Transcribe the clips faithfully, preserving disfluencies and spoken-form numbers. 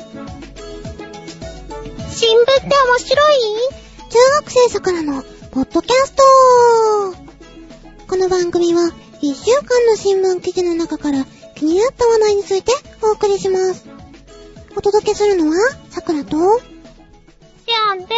新聞って面白い？中学生さくらのポッドキャスト。この番組はいっしゅうかんの新聞記事の中から気になった話題についてお送りします。お届けするのはさくらとシアンです。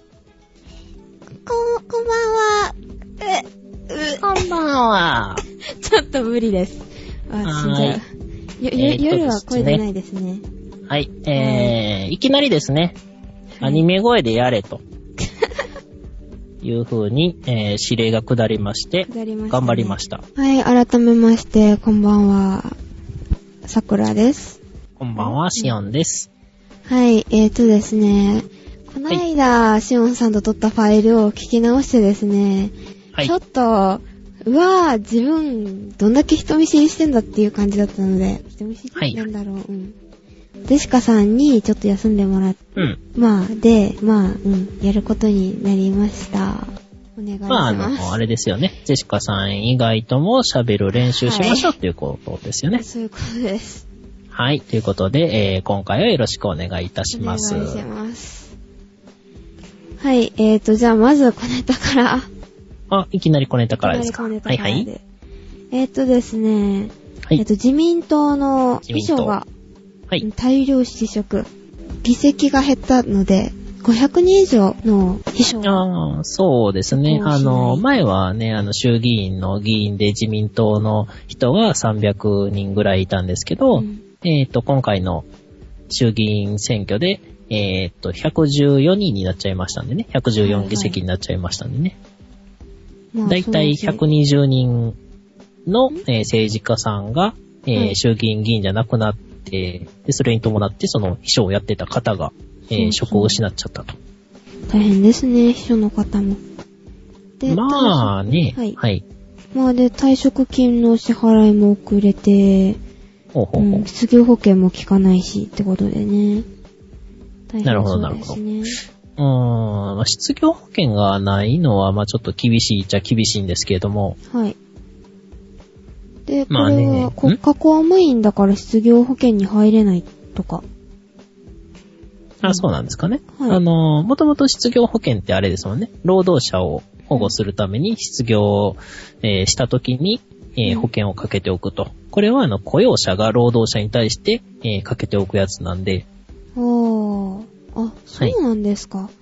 こ、こんばんは。 う、う、こんばんは。 ちょっと無理です。あ、死んじゃう。よ、よ、夜は声出ないですね。 はい、えー、いきなりですね、アニメ声でやれという風に、えー、指令が下りまして、下りましたね、頑張りました。 はい、改めまして、こんばんは、さくらです。 こんばんは、シオンです。 はい、えーとですね、この間、はい、シオンさんと撮ったファイルを聞き直してですね、はい、ちょっと、うわぁ、自分、どんだけ人見知りしてんだっていう感じだったので、人見知りなんだろう、はい、うん。デシカさんにちょっと休んでもらって、うん、まあ、で、まあ、うん、やることになりました。お願いします。まあ、あの、あれですよね。デシカさん以外とも喋る練習しましょうっていうことですよね。 そういうことです。 はい、ということで、えー、今回はよろしくお願いいたします。 お願いします。はい、えーと、じゃあまず小ネタから。 あ、いきなり小ネタからですか。 はいはい。えーとですね、はい、えーと、自民党の秘書が、はい、大量失職。議席が減ったので、ごひゃくにん以上の秘書が。 ああ、そうですね。あの、前はね、あの、衆議院の議員で自民党の人がさんびゃくにんぐらいいたんですけど、うん、えっと、今回の衆議院選挙で、えっと、ひゃくじゅうよにんになっちゃいましたんでね。ひゃくじゅうよん議席になっちゃいましたんでね。はいはい、だいたいひゃくにじゅうにんの、えー、政治家さんが、えーはい、衆議院議員じゃなくなって、で、それに伴ってその秘書をやってた方が、えー、そうそう職を失っちゃったと。 大変ですね、秘書の方も。 で、まあね、 はい。はい。まあで、退職金の支払いも遅れて、ほうほうほう、うん、失業保険も効かないしってことでね。 大変そうですね。なるほど、なるほど。うーん、まあ、失業保険がないのは、まあちょっと厳しいっちゃ厳しいんですけれども。 はい。で、これは国家公務員だから失業保険に入れないとか。 あ、そうなんですかね。はい、あの、もともと失業保険ってあれですもんね。労働者を保護するために失業、えー、した時に、えー、保険をかけておくと。これはあの雇用者が労働者に対して、えー、かけておくやつなんで。 おー。あ、そうなんですか。はい、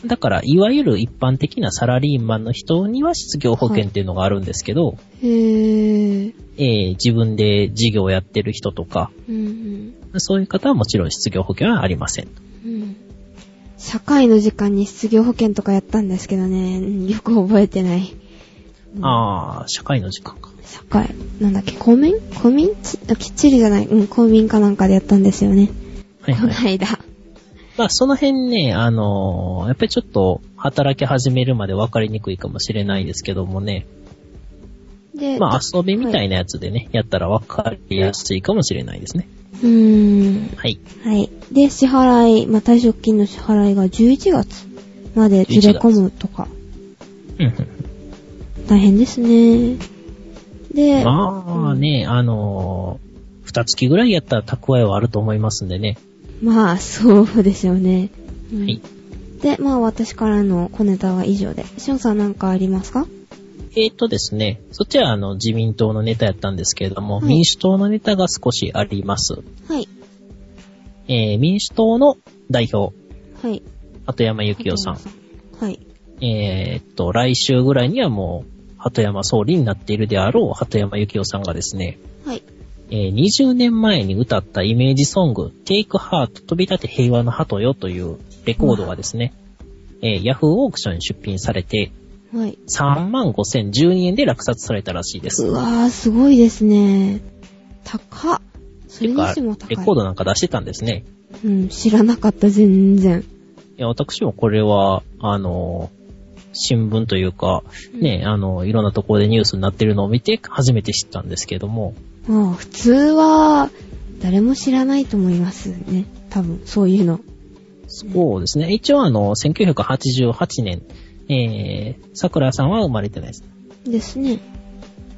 だから、いわゆる一般的なサラリーマンの人には失業保険っていうのがあるんですけど、はい、へー。えー、自分で事業をやってる人とか、うんうん、そういう方はもちろん失業保険はありません。 うん、社会の時間に失業保険とかやったんですけどね、よく覚えてない。 うん、あー、社会の時間か。 社会、なんだっけ、公民公民きっちりじゃない、うん、公民かなんかでやったんですよね。はいはい、この間。 まあ、その辺ね、あのー、やっぱりちょっと働き始めるまで分かりにくいかもしれないですけどもね。で、まあ、遊びみたいなやつでね、はい、やったら分かりやすいかもしれないですね。 うーん。 はい。 はい。で、支払い、まあ、退職金の支払いがじゅういちがつまでずれ込むとか。うん。大変ですね。で、 まあね、うん、あのー、二月ぐらいやったら蓄えはあると思いますんでね。 まあ、そうですよね。うん、 はい。 で、まあ、私からの小ネタは以上で。しおんさんなんかありますか？ えーとですね、そっちはあの、自民党のネタやったんですけれども、はい、民主党のネタが少しあります。 はい。 えー、民主党の代表。 はい。 鳩山幸夫さん。 はい。 えーっと、来週ぐらいにはもう、鳩山総理になっているであろう鳩山幸夫さんがですね、 はい。 えー、にじゅうねんまえに歌ったイメージソング、Take Heart 飛び立て平和の鳩よというレコードがですね、えー、ヤフーオークションに出品されて、はい。さんまんごせんじゅうにえんで落札されたらしいです。 うわー、すごいですね。高っ。それにしても高い。 レコードなんか出してたんですね。 うん、知らなかった、全然。 いや、私もこれは、あの、新聞というか、ね、うん、あの、いろんなところでニュースになってるのを見て、初めて知ったんですけども。 まあ、普通は、誰も知らないと思いますね。多分、そういうの。 そうですね。一応あの、せんきゅうひゃくはちじゅうはちねん、えー、桜さんは生まれてないです。 ですね。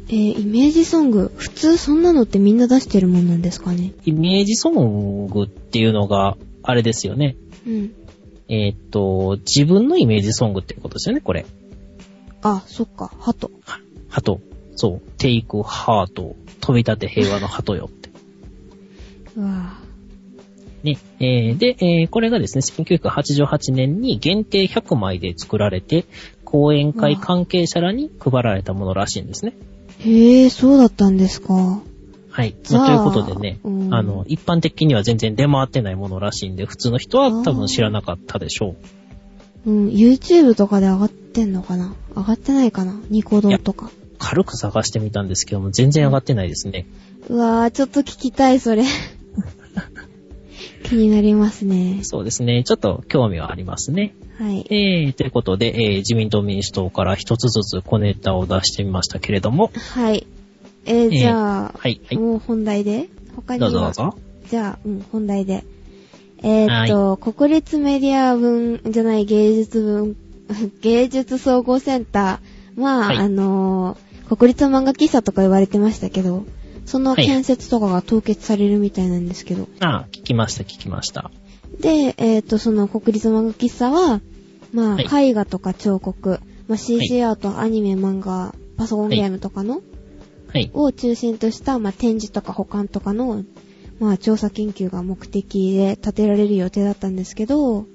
えー、イメージソング、普通そんなのってみんな出してるもんなんですかね？ イメージソングっていうのが、あれですよね。 うん。 えー、っと、自分のイメージソングっていうことですよね、これ。 あ、そっか、ハト。 ハト。そう。テイクハート。飛び立て平和のハトよって。 うわぁ。ね。えー、で、えー、これがですね、せんきゅうひゃくはちじゅうはちねんに限定ひゃくまいで作られて、講演会関係者らに配られたものらしいんですね。 へー、そうだったんですか。 はい。まあ、ということでね、うん、あの、一般的には全然出回ってないものらしいんで、普通の人は多分知らなかったでしょう。うん、YouTube とかで上がってんのかな？上がってないかな？ニコ動とか。 軽く探してみたんですけども、全然上がってないですね。 うわー、ちょっと聞きたい、それ。気になりますね。 そうですね。ちょっと興味はありますね。 はい。 えー、ということで、えー、自民党民主党から一つずつ小ネタを出してみましたけれども。 はい。えー、じゃあ、 えー、はい、はい。 もう本題で他には。 どうぞどうぞ。 じゃあ、うん、本題で。えーっと、国立メディア文、じゃない、芸術文、芸術総合センター。まあ、はい、あのー、国立漫画喫茶とか言われてましたけど、その建設とかが凍結されるみたいなんですけど。はい、 ああ、聞きました、聞きました。 で、えーっと、その国立漫画喫茶は、まあ、はい、絵画とか彫刻、まあ、シージー アート、アニメ、漫画、パソコンゲームとかの、はい、を中心とした、まあ、展示とか保管とかの、まあ、調査研究が目的で建てられる予定だったんですけど、はい。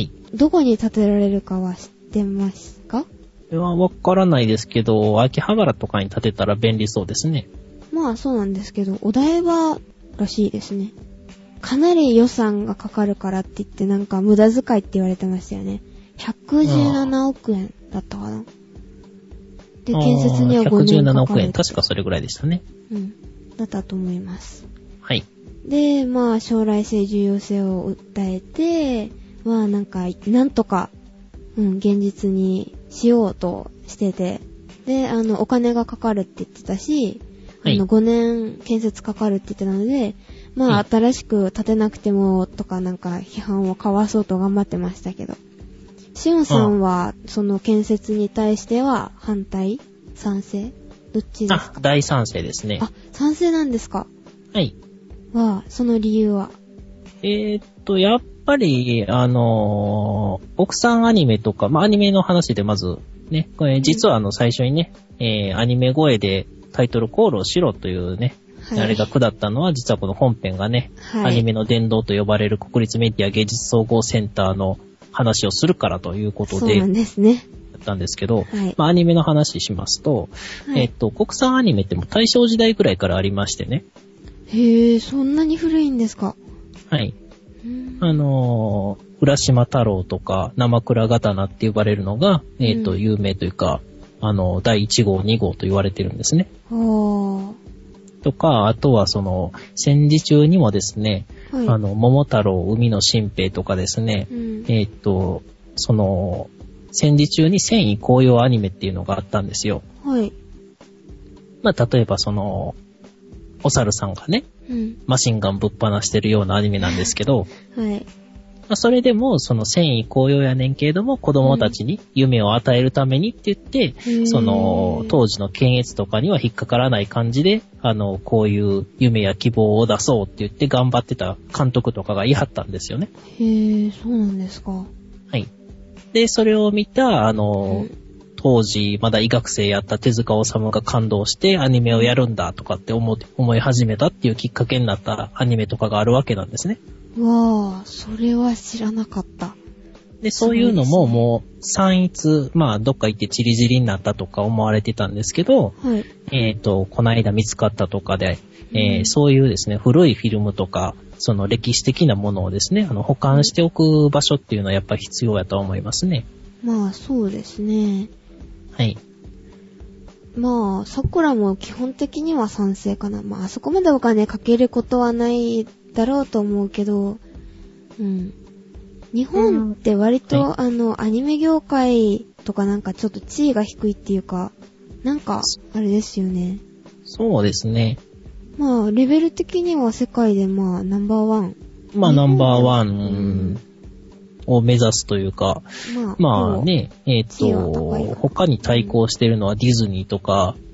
どこに建てられるかは知ってますか？ いや、わからないですけど、秋葉原とかに建てたら便利そうですね。 まあ、そうなんですけど、お台場らしいですね。かなり予算がかかるからって言って、なんか無駄遣いって言われてましたよね。ひゃくじゅうななおくえんだったかな。で、建設にはごねんかかる。ひゃくじゅうななおくえん、 確かそれぐらいでしたね。 うん。だったと思います。 はい。 で、まあ、将来性、重要性を訴えて、まあ、なんか、なんとか、うん、現実にしようとしてて、で、あの、お金がかかるって言ってたし、はい、あの、ごねん建設かかるって言ってたので、まあ、はい、新しく建てなくても、とかなんか、批判をかわそうと頑張ってましたけど、シオンさんは、その建設に対しては、反対？賛成？どっちですか？ あ、大賛成ですね。 あ、賛成なんですか？ はい。 は、その理由は？ えー、っと、やっぱり、あのー、国産アニメとか、まあ、アニメの話でまず、ね、これ実はあの、最初にね、えー、アニメ声でタイトルコールをしろというね、はい、あれが下ったのは、実はこの本編がね、はい、アニメの殿堂と呼ばれる国立メディア芸術総合センターの話をするからということで、 そうなんですね。 やったんですけど、 はい、 まあ、アニメの話しますと、はい、えー、っと、国産アニメってもう大正時代くらいからありましてね、 へえ、そんなに古いんですか？ はい。あのー、浦島太郎とか生倉刀って呼ばれるのが、えっ、ー、と、有名というか、あの、だいいち号、に号と言われてるんですね。 とか、あとはその、戦時中にもですね、はい、あの、桃太郎、海の新兵とかですね、うん、えっ、ー、と、その、戦時中に戦意高揚アニメっていうのがあったんですよ。 はい。 まあ、例えばその、お猿さんがね、うん、マシンガンぶっ放してるようなアニメなんですけど、 はい。 まあ、それでも、その戦意高揚やねんけれども、子供たちに夢を与えるためにって言って、うん、その、当時の検閲とかには引っかからない感じで、あの、こういう夢や希望を出そうって言って頑張ってた監督とかがいはったんですよね。 へー、そうなんですか。はい。で、それを見た、あの、うん当時、まだ医学生やった手塚治虫が感動してアニメをやるんだとかって思、思い始めたっていうきっかけになったアニメとかがあるわけなんですね。 わぁ、それは知らなかった。 で、そういうのももう散逸、まあどっか行ってチリジリになったとか思われてたんですけど、 はい、 えっと、この間見つかったとかで、うんえー、そういうですね、古いフィルムとか、その歴史的なものをですね、あの保管しておく場所っていうのはやっぱり必要やと思いますね。 まあそうですね。 はい。 まあ、桜も基本的には賛成かな。まあ、あそこまでお金かけることはないだろうと思うけど、うん。日本って割と、うんはい、あの、アニメ業界とかなんかちょっと地位が低いっていうか、なんか、あれですよね。 そうですね。 まあ、レベル的には世界でまあ、ナンバーワン。 まあ、ナンバーワン、うんを目指すというか、まあ、まあね、えっ、ー、と、他に対抗してるのはディズニーとか、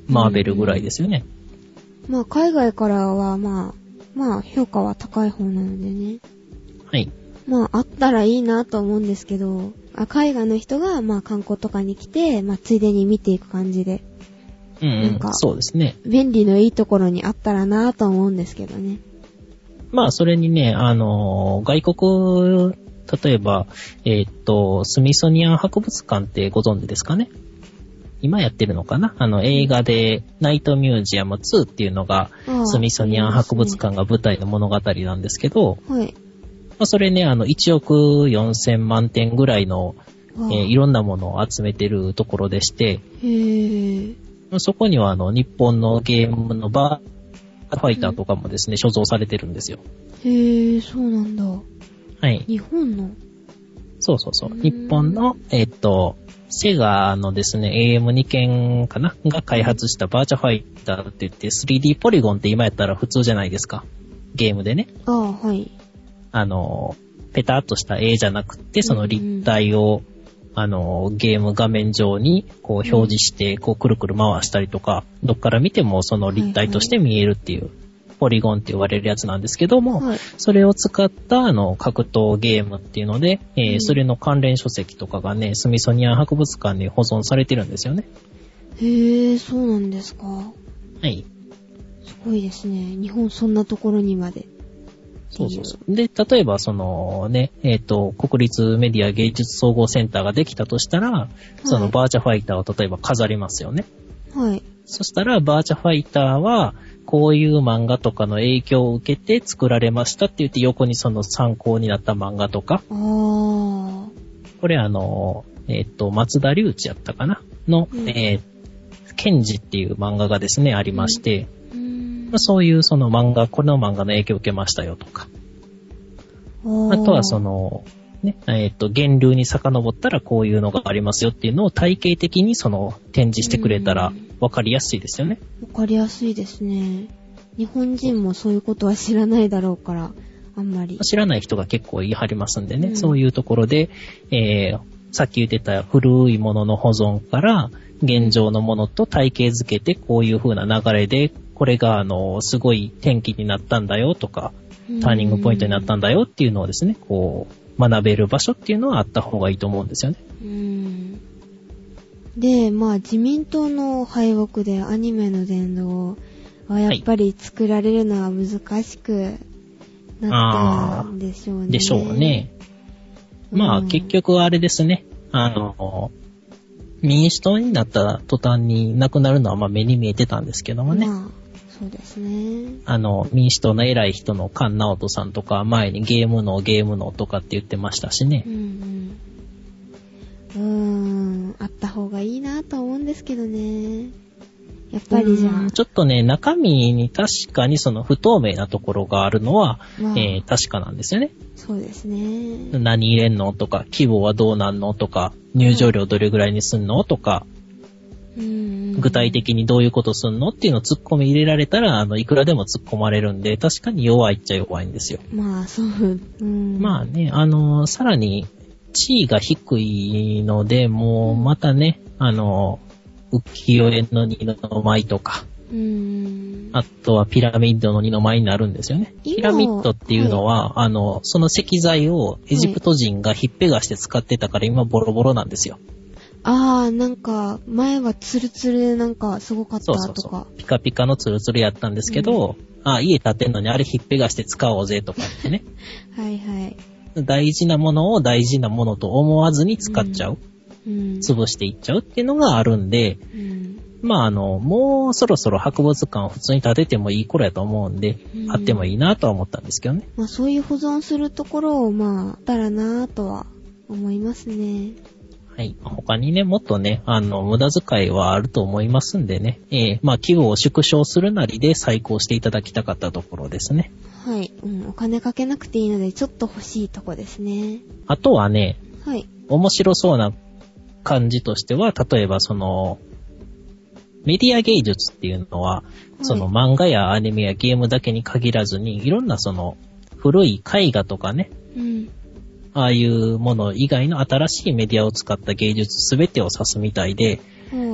マーベルぐらいですよね。 うん、まあ海外からはまあ、まあ評価は高い方なのでね。 はい。 まああったらいいなと思うんですけど、海外の人がまあ観光とかに来て、まあついでに見ていく感じで。 うん、なんかそうですね。 便利のいいところにあったらなと思うんですけどね。 まあそれにね、あのー、外国、例えば、えー、っと、スミソニアン博物館ってご存知ですかね？今やってるのかな？あの映画でナイトミュージアムツーっていうのが、スミソニアン博物館が舞台の物語なんですけど、 はい。 まあ、それね、あの、いちおくよんせんまんてんぐらいの、えー、いろんなものを集めてるところでして、 へー。 そこにはあの、日本のゲームのバーファイターとかもですね、所蔵されてるんですよ。 へー、そうなんだ。 はい。 日本の？ そうそうそう。日本の、えー、っと、セガのですね、エーエムに 件かなが開発したバーチャファイターって言って スリーディー ポリゴンって今やったら普通じゃないですか。ゲームでね。 ああ、はい。 あの、ペタッとした絵じゃなくて、その立体を、うんうん、あの、ゲーム画面上にこう表示して、こうくるくる回したりとか、どっから見てもその立体として見えるっていう、はいはい、ポリゴンって言われるやつなんですけども、はい、それを使ったあの格闘ゲームっていうので、えーうん、それの関連書籍とかがね、スミソニアン博物館に保存されてるんですよね。 へー、そうなんですか。はい。 すごいですね。日本そんなところにまで。 そうそうそう。で、例えばそのね、えっと、国立メディア芸術総合センターができたとしたら、はい、そのバーチャファイターを例えば飾りますよね。 はい。 そしたら、バーチャファイターは、こういう漫画とかの影響を受けて作られましたって言って、横にその参考になった漫画とか。 あー。 これあの、えっと、松田龍一やったかなの、うん、えー、ケンジっていう漫画がですね、ありまして、うんまあ、そういうその漫画、この漫画の影響を受けましたよとか。あとはその、ね、えっと、源流に遡ったらこういうのがありますよっていうのを体系的にその展示してくれたら分かりやすいですよね。 分かりやすいですね。日本人もそういうことは知らないだろうから、あんまり。 知らない人が結構言い張りますんでね、うん、そういうところで、えー、さっき言ってた古いものの保存から現状のものと体系づけてこういう風な流れで、これがあの、すごい転機になったんだよとか、ターニングポイントになったんだよっていうのをですね、こう、学べる場所っていうのはあった方がいいと思うんですよね。 うーん。で、まあ自民党の敗北でアニメの殿堂はやっぱり作られるのは難しくなったんでしょうね。 でしょうね。まあ結局あれですね。あの、民主党になった途端になくなるのはまあ目に見えてたんですけどもね。まあそうですね。 あの、民主党の偉い人の菅直人さんとか、前にゲームのゲームのとかって言ってましたしね。 うんうん。うーん、あった方がいいなと思うんですけどね。やっぱりじゃあ。 ちょっとね、中身に確かにその不透明なところがあるのは、まあえー、確かなんですよね。 そうですね。 何入れんのとか、規模はどうなんのとか、入場料どれぐらいにすんのとか、 うん具体的にどういうことすんのっていうのを突っ込み入れられたら、あの、いくらでも突っ込まれるんで、確かに弱いっちゃ弱いんですよ。 まあ、そう。うん、 まあね、あの、さらに、地位が低いので、もう、またね、あの、浮世絵の二の舞とか、 うんあとはピラミッドの二の舞になるんですよね。ピラミッドっていうのは、はい、あの、その石材をエジプト人がひっぺがして使ってたから今ボロボロなんですよ。 あー、なんか、前はツルツルでなんかすごかったとか。 そうそうそう。ピカピカのツルツルやったんですけど、うん、あ、家建てんのにあれひっぺがして使おうぜとかってね。 はいはい。 大事なものを大事なものと思わずに使っちゃう。 うん、 潰していっちゃうっていうのがあるんで、 うん、 まああの、もうそろそろ博物館を普通に建ててもいい頃やと思うんで、うん、あってもいいなとは思ったんですけどね。 まあそういう保存するところをまあ、あったらなとは思いますね。 はい。他にね、もっとね、あの、無駄遣いはあると思いますんでね。えー、まあ、規模を縮小するなりで再興していただきたかったところですね。 はい。うん、お金かけなくていいので、ちょっと欲しいとこですね。 あとはね、 はい。 面白そうな感じとしては、例えばその、メディア芸術っていうのは、はい、その漫画やアニメやゲームだけに限らずに、いろんなその、古い絵画とかね、 うん。 ああいうもの以外の新しいメディアを使った芸術すべてを指すみたいで、 うん、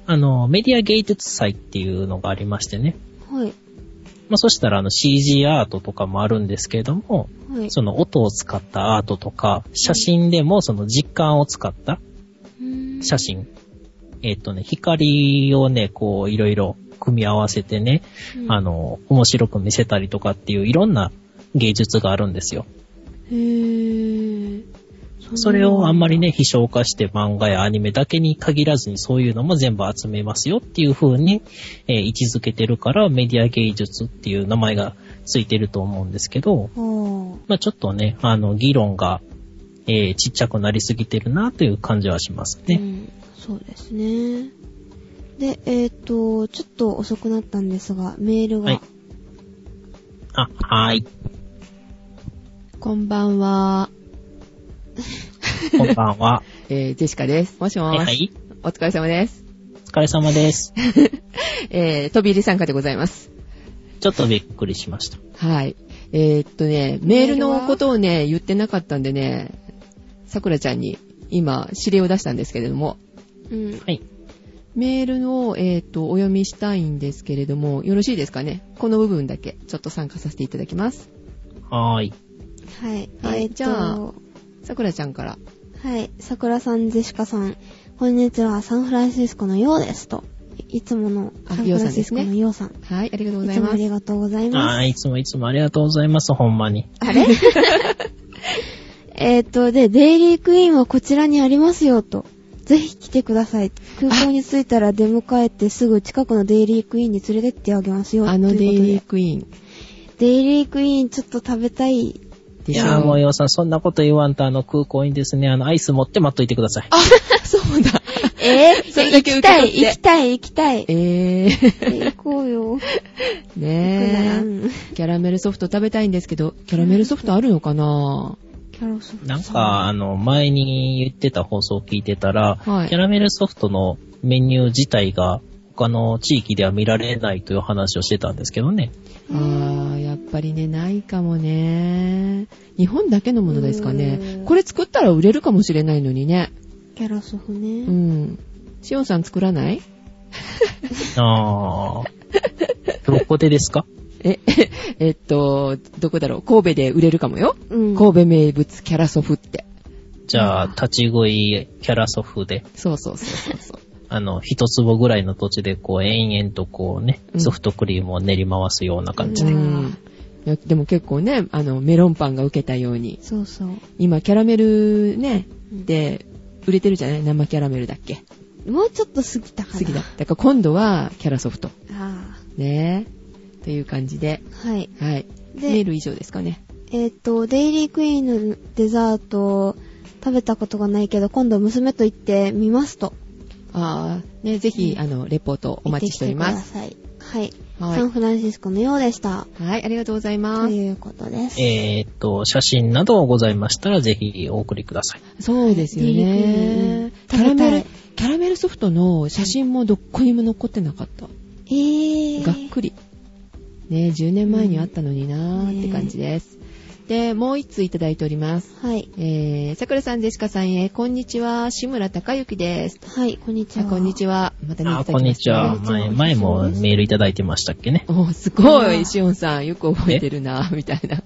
あの、メディア芸術祭っていうのがありましてね。 はい。 まあ、そしたらあの シージー アートとかもあるんですけれども、 はい。 その音を使ったアートとか、写真でもその実感を使った写真。えっとね、光をね、こういろいろ組み合わせてね、うん、あの、面白く見せたりとかっていういろんな芸術があるんですよ。 へー。 それをあんまりね、非消化して漫画やアニメだけに限らずにそういうのも全部集めますよっていう風に、えー、位置づけてるからメディア芸術っていう名前がついてると思うんですけど、まあちょっとね、あの、議論が、えー、ちっちゃくなりすぎてるなという感じはしますね。うん、 そうですね。で、えっと、ちょっと遅くなったんですが、メールが。 はい。あ、はーい。 こんばんは。 こんばんは。 えー、ジェシカです。もしもーし。はい、はい。お疲れ様です。 お疲れ様です。 えー、飛び入り参加でございます。 ちょっとびっくりしました。 はい。えー、っとね、メールのことをね、言ってなかったんでね、さくらちゃんに今、指令を出したんですけれども。 うん。 はい。 メールの、えー、っと、お読みしたいんですけれども、よろしいですかね。この部分だけ、ちょっと参加させていただきます。 はーい。 はい。 はい、えー、じゃあ、さくらちゃんから。 はい。さくらさん、ジェシカさん、こんにちは、サンフランシスコのようですと。いつものサンフランシスコのようさん。 はい、ありがとうございます。 いつもありがとうございます。 あー、いつもいつもありがとうございます、ほんまに。 あれえっと、で、デイリークイーンはこちらにありますよと。ぜひ来てください。空港に着いたら出迎えてすぐ近くのデイリークイーンに連れてってあげますよ。 あのデイリークイーン。 デイリークイーンちょっと食べたい。 いやーもうようさん、そんなこと言わんと、あの空港にですね、あのアイス持って待っといてください。 あ、そうだ。 えー、それだけ受け取って。行きたい、行きたい、行きたい。 えー。 行こうよ。 ねえ。キャラメルソフト食べたいんですけど、キャラメルソフトあるのかな？ キャラソフト。 なんか、あの、前に言ってた放送を聞いてたら、 はい、 キャラメルソフトのメニュー自体が、他の地域では見られないという話をしてたんですけどね。 あー、やっぱりね、ないかもね。日本だけのものですかね。これ作ったら売れるかもしれないのにね。 キャラソフね。 うん。しおんさん作らない？ あー。どこでですか？ え、えっと、どこだろう。神戸で売れるかもよ。 うん、 神戸名物キャラソフって。 じゃあ、立ち食いキャラソフで。 そうそうそうそうそう。 あの、一坪ぐらいの土地で、こう、延々とこうね、ソフトクリームを練り回すような感じで。 うん、いやでも結構ね、あの、メロンパンが受けたように。 そうそう。 今、キャラメルね、で、売れてるじゃない？生キャラメルだっけ？ もうちょっと過ぎたかな。 過ぎた。だから今度は、キャラソフト。 ああ。 ねえ。という感じで。 はい。 はい。 で、 メール以上ですかね。 えっと、デイリークイーンのデザート、食べたことがないけど、今度娘と行ってみますと。 ああ、ね、ぜひ、あの、レポートお待ちしております。 行ってきてください。はい。はい、サンフランシスコのようでした。 はい、ありがとうございます。 ということです。 えーっと、写真などございましたら、ぜひお送りください。 そうですよね。キャラメル、キャラメルソフトの写真もどこにも残ってなかった。 えー。 がっくり。ね、じゅうねんまえにあったのになーって感じです。で、もう一通いただいております。 はい。 えー、さくらさん、ジェシカさんへ、こんにちは、志村隆之です。 はい、こんにちは。 こんにちは。またね、いただきました。 こんにちは。前、前もメールいただいてましたっけね。 お、すごい、しおんさん、よく覚えてるな、みたいな。 はい。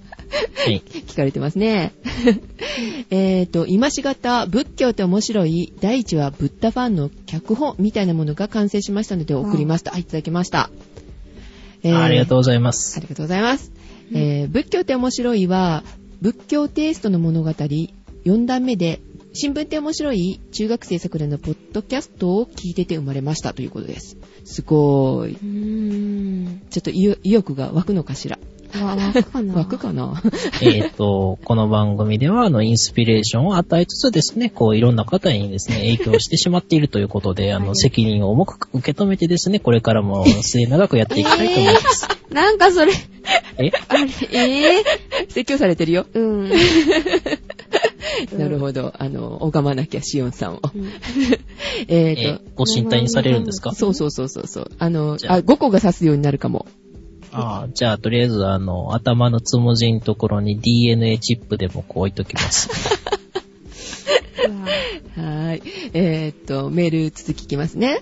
聞かれてますね。えっと、今しがた、仏教って面白い、第一話、ブッダファンの脚本みたいなものが完成しましたので、送りました。はい、いただきました。 えー、ありがとうございます。 ありがとうございます。うん、えー、仏教って面白いは、仏教テイストの物語よんだんめで、新聞って面白い中学生さくらのポッドキャストを聞いてて生まれましたということです。すごーい。 うーん、 ちょっと意欲が湧くのかしら。 湧くかな湧くかなえっと、この番組では、あの、インスピレーションを与えつつですね、こう、いろんな方にですね、影響してしまっているということで、あの、責任を重く受け止めてですね、これからも末長くやっていきたいと思います。 えー、なんかそれ、 えあれ、えー、説教されてるよ。 うん。 なるほど。あの、拝まなきゃ、しおんさんを。うん、 えっと、ご神体にされるんですか？ そうそうそうそうそう。あの、あ、ごこが刺すようになるかも。 ああ、じゃあ、とりあえず、あの、頭のつむじのところに ディーエヌエー チップでもこう置いときます。 はい。えー、っと、メール続きいきますね。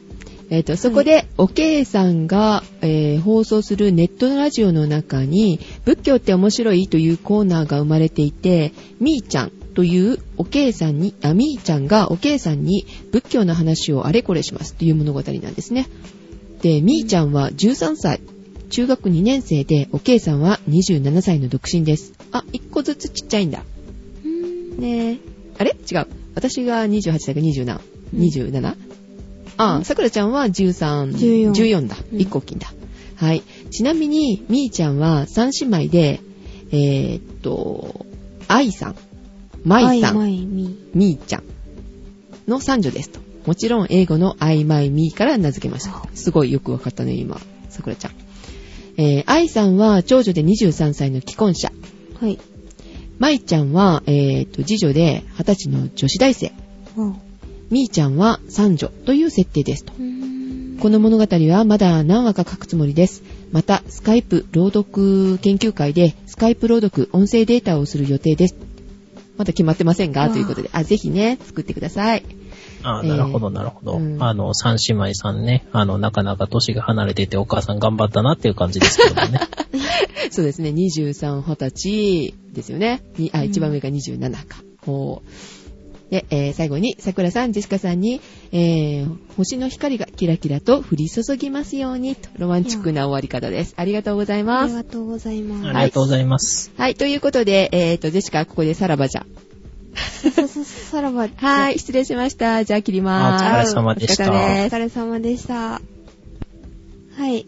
えっ、ー、と、そこで、おけいさんが、えー、放送するネットのラジオの中に、仏教って面白いというコーナーが生まれていて、みーちゃんというおけいさんに、あ、みーちゃんがおけいさんに仏教の話をあれこれしますという物語なんですね。で、みーちゃんはじゅうさんさい、中学にねん生で、おけいさんはにじゅうななさいの独身です。あ、いっこずつちっちゃいんだ。ねあれ違う。私がにじゅうはっさいがにじゅうなな。にじゅうなな？ああ、さくらちゃんはじゅうさん、じゅうよん、じゅうよんだ。いっこ大きいんだ。はい。ちなみに、みーちゃんはさん姉妹で、えー、っと、あいさん、まいさん、みーちゃんの三女ですと。もちろん英語の I, my, me から名付けました。すごいよくわかったね、今、さくらちゃん。えー、あいさんは長女でにじゅうさんさいの既婚者。はい。まいちゃんは、えー、っと、次女ではたちの女子大生。みーちゃんは三女という設定ですと。この物語はまだ何話か書くつもりです。また、スカイプ朗読研究会でスカイプ朗読音声データをする予定です。まだ決まってませんがということで、あ、ぜひね、作ってください。 ああ、なるほど、なるほど。うん、あの、三姉妹さんね、あの、なかなか年が離れててお母さん頑張ったなっていう感じですけどもね。 そうですね、にじゅうさん、はたちですよね。あ、一番上がにじゅうななか。ほう。で、えー、最後に、桜さん、ジェシカさんに、えー、星の光がキラキラと降り注ぎますように、とロマンチックな終わり方です。ありがとうございます。 ありがとうございます。 ありがとうございます。 はい、はい、ということで、えーと、ジェシカ、ここでさらばじゃ。 さ、さ、さらば。 はい、失礼しました。じゃあ切りまーす。お疲れ様でした。 お疲れ様でした。はい、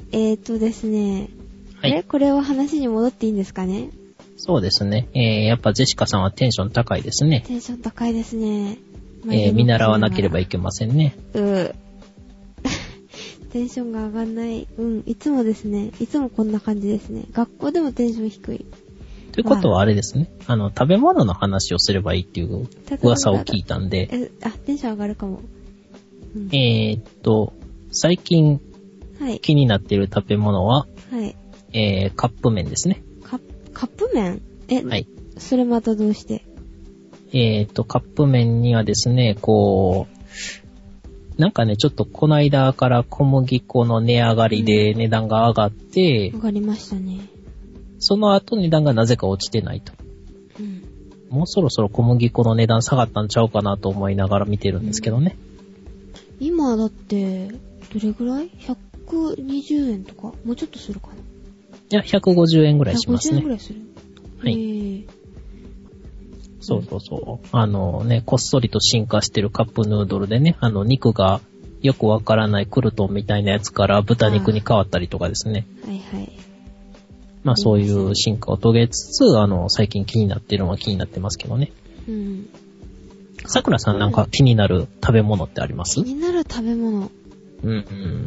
えーとですね。はい。あれこれを話に戻っていいんですかね？ そうですね。えー、やっぱジェシカさんはテンション高いですね。 テンション高いですね。 えー、見習わなければいけませんね。 うー。テンションが上がんない。うん、いつもですね。いつもこんな感じですね。学校でもテンション低い。 ということはあれですね。あの、食べ物の話をすればいいっていう噂を聞いたんで。 え、あ、テンション上がるかも。 うん、えーっと、最近、はい、気になっている食べ物は、はい。えー、カップ麺ですね。 カ、カップ麺？え、 はい。 それまたどうして？ えーと、カップ麺にはですね、こう、なんかね、ちょっとこの間から小麦粉の値上がりで値段が上がって、 うん、上がりましたね。 その後値段がなぜか落ちてないと。うん、もうそろそろ小麦粉の値段下がったんちゃうかなと思いながら見てるんですけどね。 うん、今だって、どれぐらい ?ひゃくにじゅうえんとかもうちょっとするかな。いや、ひゃくごじゅうえんぐらいしますね。 ひゃくごじゅうえんぐらいする。 はい。そうそうそう。あのね、こっそりと進化してるカップヌードルでね、あの、肉がよくわからないクルトンみたいなやつから豚肉に変わったりとかですね。 はいはい。 まあそういう進化を遂げつつ、あの、最近気になってるのは気になってますけどね。うん。さくらさんなんか気になる食べ物ってあります？ 気になる食べ物。 うんうん。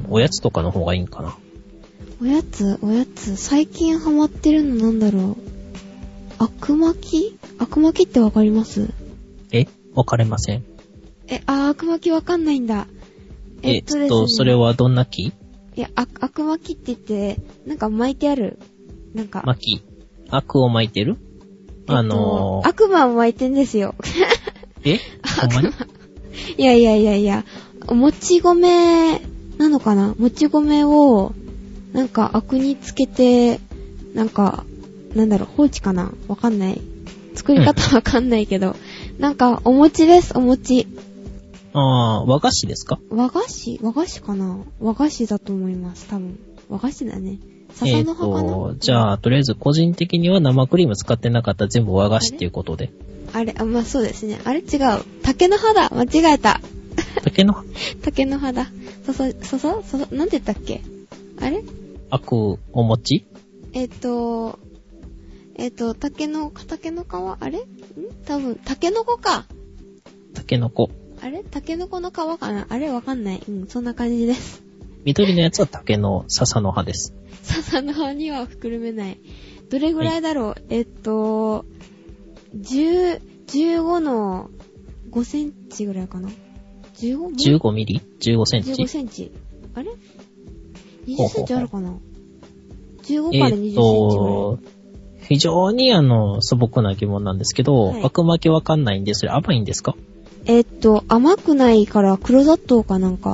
おやつとかの方がいいんかな。 おやつおやつ最近ハマってるのなんだろう。悪巻き悪巻きってわかります？ えわかりません。 え、あ、悪巻きわかんないんだ。 えっと、えっと、それはどんな木？ いや、あ、悪巻きって言って、なんか巻いてある。なんか。 巻き。悪を巻いてる？えっと、あのー。 悪魔を巻いてんですよ。 えほんまに？ いやいやいやいや、もち米なのかな？もち米を、なんか悪につけて、なんか、なんだろう、放置かな？わかんない。作り方わかんないけど、うん、なんか、お餅です、お餅。 あー、和菓子ですか？ 和菓子和菓子かな？和菓子だと思います、多分。和菓子だね。笹の葉かな？えーと、 じゃあ、とりあえず個人的には生クリーム使ってなかったら全部和菓子っていうことで。 あれ、あ、まあ、そうですね。あれ違う。竹の葉だ。間違えた。 竹の葉竹の葉だ。そそ、そそ、そそ、なんて言ったっけ？あれ？ 悪お餅？ えっと、えっと、竹の、竹の皮あれ？ん多分、竹の子か。 竹の子。 あれ竹の子の皮かな？あれわかんない。うん、そんな感じです。 緑のやつは竹の笹の葉です。 笹の葉には含めない。どれぐらいだろう、はい、えっと、じゅう、じゅうごのごセンチぐらいかな。じゅうご? じゅうごミリ ?じゅうごセンチ ?じゅうごセンチ。あれ ?にじゅっセンチあるかな？ じゅうご からにじゅっセンチぐらい。えー、っと、 非常にあの、素朴な疑問なんですけど、はい、悪巻きわかんないんで、それ甘いんですか？ えー、っと、甘くないから黒砂糖かなんかつ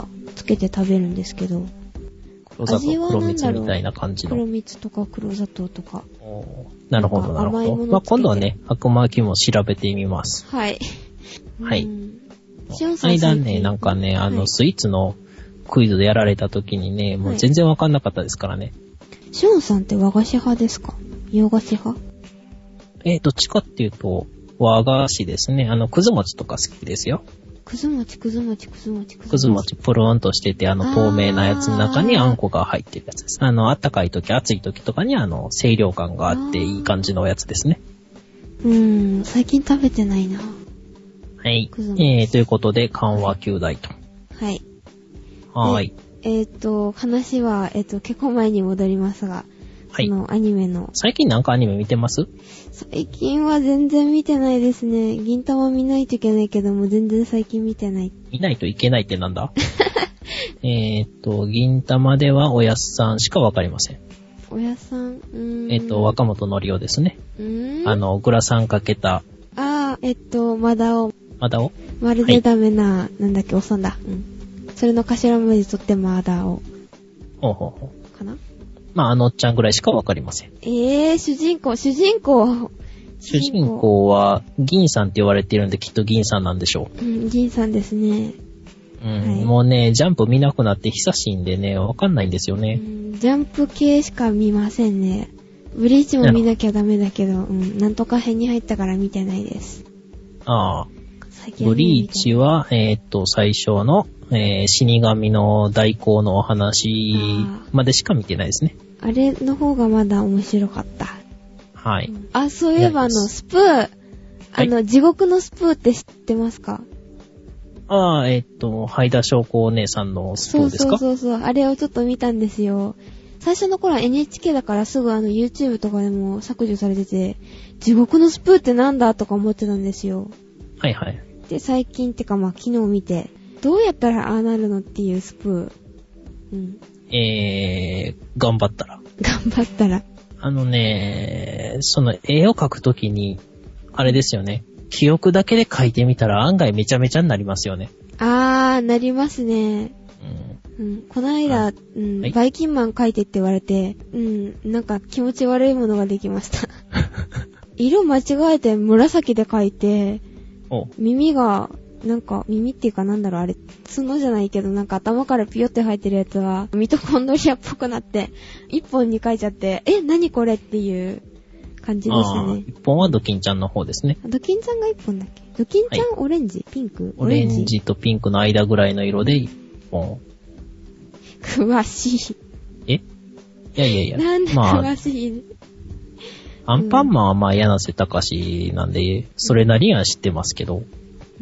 けて食べるんですけど。 黒砂糖、黒蜜みたいな感じの。 黒蜜とか黒砂糖とか。 なるほど、なるほど。まあ、今度はね、悪魔キも調べてみます。 はい。 はい。間ね、なんかね、あの、スイーツのクイズでやられた時にね、もう全然わかんなかったですからね。 シオンさんって和菓子派ですか？洋菓子派？ えー、どっちかっていうと、和菓子ですね。あの、くず餅とか好きですよ。 くず餅、くず餅、くず餅、 くず餅、プルーンとしてて、あの、透明なやつの中にあんこが入ってるやつです。あの、あったかい時、暑い時とかに、あの、清涼感があっていい感じのおやつですね。 うーん、最近食べてないな。 はい。えー、ということで、緩和球大と。 はい。 はーい。 えっ、ー、と、話は、えっ、ー、と、結構前に戻りますが、はい。そのアニメの。 最近なんかアニメ見てます？ 最近は全然見てないですね。銀玉見ないといけないけども、全然最近見てない。 見ないといけないってなんだ？えっと、銀玉ではおやすさんしかわかりません。 おやすさん、うーん。 えっと、若本のりおですね。 うーん。 あの、グラサンかけた。 あー、えっと、まだお。 まだお？ まるでダメな、はい、なんだっけ、おっさんだ。うん。それの頭文字取ってまだお。 ほうほうほう。かな？ まあ、あのおっちゃんぐらいしかわかりません。 えー、主人公、主人公。 主人公は、銀さんって言われているんで、きっと銀さんなんでしょう。うん、銀さんですね。 うん、はい、もうね、ジャンプ見なくなって久しいんでね、わかんないんですよね、 うん。ジャンプ系しか見ませんね。ブリーチも見なきゃダメだけど、うん、なんとか編に入ったから見てないです。 ああ。ブリーチは、えー、っと、最初の、えー、死神の代行のお話までしか見てないですね。 あれの方がまだ面白かった。 はい。 あ、そういえばあの、スプー、あの、はい、地獄のスプーって知ってますか？ ああ、えー、っと、ハイダ翔子お姉さんのスプーですか？ そうそうそうそう。あれをちょっと見たんですよ。最初の頃は エヌエイチケー だからすぐあの YouTube とかでも削除されてて、地獄のスプーってなんだとか思ってたんですよ。 はいはい。 で、最近ってかまあ昨日見て、どうやったらああなるのっていうスプー。うん。 えー、頑張ったら。 頑張ったら。 あのね、その絵を描くときに、あれですよね。記憶だけで描いてみたら案外めちゃめちゃになりますよね。 あー、なりますね。うん。うん、この間、うん、はい、バイキンマン描いてって言われて、うん、なんか気持ち悪いものができました。色間違えて紫で描いて、耳が、なんか耳っていうかなんだろうあれ、角じゃないけどなんか頭からピヨって生えてるやつはミトコンドリアっぽくなって一本に書いちゃって、え、何これっていう感じでしたね。 一本はドキンちゃんの方ですね。 ドキンちゃんが一本だっけ？ドキンちゃん、はい、オレンジピンクオレンジとピンクの間ぐらいの色で一本。 詳しい。 え？いやいやいや。 なんで詳しい、まあ、アンパンマンはまあ柳瀬隆なんで、それなりには知ってますけど。 うん。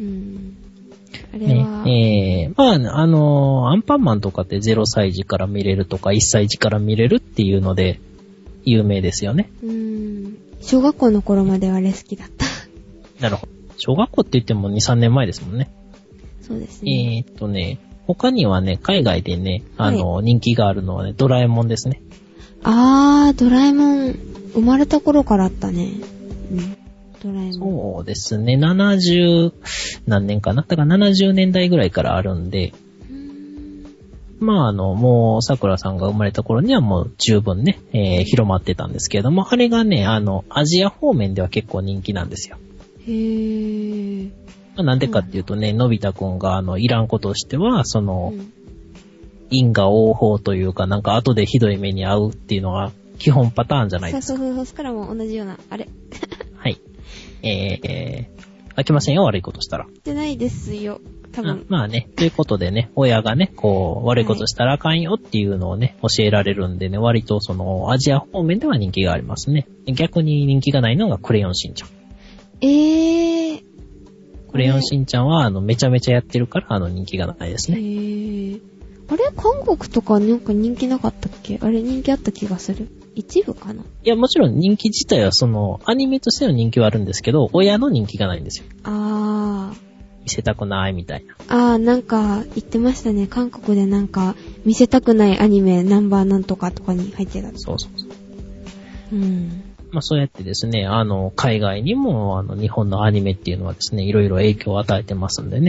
あれは。 ね、えー、まあ、あのー、アンパンマンとかってゼロさい児から見れるとかいっさい児から見れるっていうので、有名ですよね。 うーん。小学校の頃まではあれ好きだった。 なるほど。小学校って言ってもに、さんねんまえですもんね。 そうですね。 えーっとね、他にはね、海外でね、あの、はい、人気があるのはね、ドラえもんですね。 あー、ドラえもん、生まれた頃からあったね。うん。ドラえもん。 そうですね、ななじゅう何年かな。だからななじゅうねんだいぐらいからあるんで、うーん、まああの、もう、桜さんが生まれた頃にはもう十分ね、えー、広まってたんですけれども、あれがね、あの、アジア方面では結構人気なんですよ。 へー。 まあ、なんでかっていうとね、のび太くんがあの、いらんことをしては、その、うん、因果応報というか、なんか後でひどい目に遭うっていうのが基本パターンじゃないですか。 そうそうそう、そっからも同じような、あれ。 はい。えー、えー、飽きませんよ、悪いことしたら。 ってないですよ、多分。 まあね、ということでね、親がね、こう、悪いことしたらあかんよっていうのをね、教えられるんでね、割とその、アジア方面では人気がありますね。逆に人気がないのがクレヨンしんちゃん。 えー。 クレヨンしんちゃんは、あの、めちゃめちゃやってるから、あの、人気がないですね。 へー。あれ韓国とかなんか人気なかったっけ？あれ人気あった気がする。一部かな？いや、もちろん人気自体はその、アニメとしての人気はあるんですけど、親の人気がないんですよ。 あー。 見せたくないみたいな。 あー、なんか言ってましたね。韓国でなんか、見せたくないアニメナンバーなんとかとかに入ってた。 そうそうそう。 うん。 まあそうやってですね、あの、海外にも、あの、日本のアニメっていうのはですね、いろいろ影響を与えてますんでね。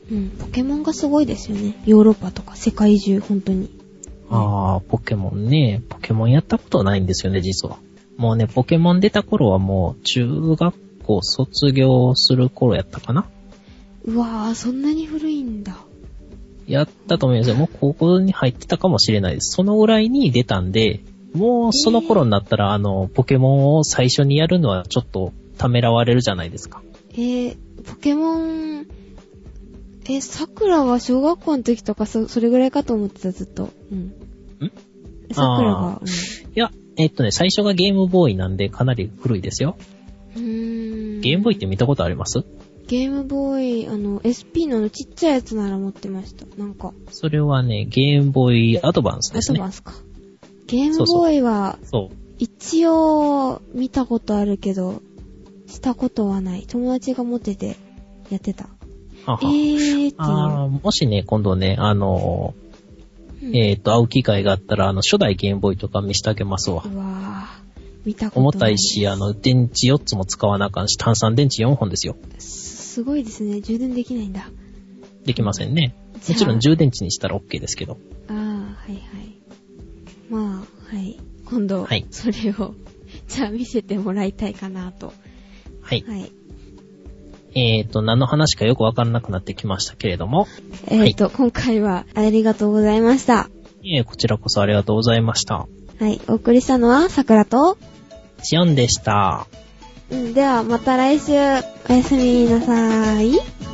うん、ポケモンがすごいですよね。ヨーロッパとか世界中、本当に。 ああ、ポケモンね。ポケモンやったことないんですよね、実は。もうね、ポケモン出た頃はもう中学校卒業する頃やったかな。 うわぁ、そんなに古いんだ。 やったと思いますよ。もう高校に入ってたかもしれないです。そのぐらいに出たんで、もうその頃になったら、えー、あの、ポケモンを最初にやるのはちょっとためらわれるじゃないですか。 えー、ポケモン、え、桜は小学校の時とかそ、それぐらいかと思ってた、ずっと。うん。ん桜が、うん。いや、えっとね、最初がゲームボーイなんでかなり古いですよ。 うーん。 ゲームボーイって見たことあります？ ゲームボーイ、あの、エスピー のちっちゃいやつなら持ってました。なんか。 それはね、ゲームボーイアドバンスですね。 アドバンスか。ゲームボーイは、そうそう一応見たことあるけど、したことはない。友達が持っててやってた。 ははえーってあもしね、今度ね、あの、うん、えっ、ー、と、会う機会があったら、あの、初代ゲームボーイとか見してあげますわ。 うわぁ、見たことない。 重たいし、あの、電池よっつも使わなあかんし、単三電池よんほんですよ。 すごいですね。充電できないんだ。 できませんね。もちろん充電池にしたら OK ですけど。 ああ、はいはい。まあ、はい。今度、はい、それを、じゃあ見せてもらいたいかなと。 はい。はい。えっ、ー、と、何の話かよくわからなくなってきましたけれども。 えっ、ー、と、はい、今回はありがとうございました。 いえ、こちらこそありがとうございました。 はい。お送りしたのは、さくらと、 しおんでした。 うん、では、また来週、おやすみなさーい。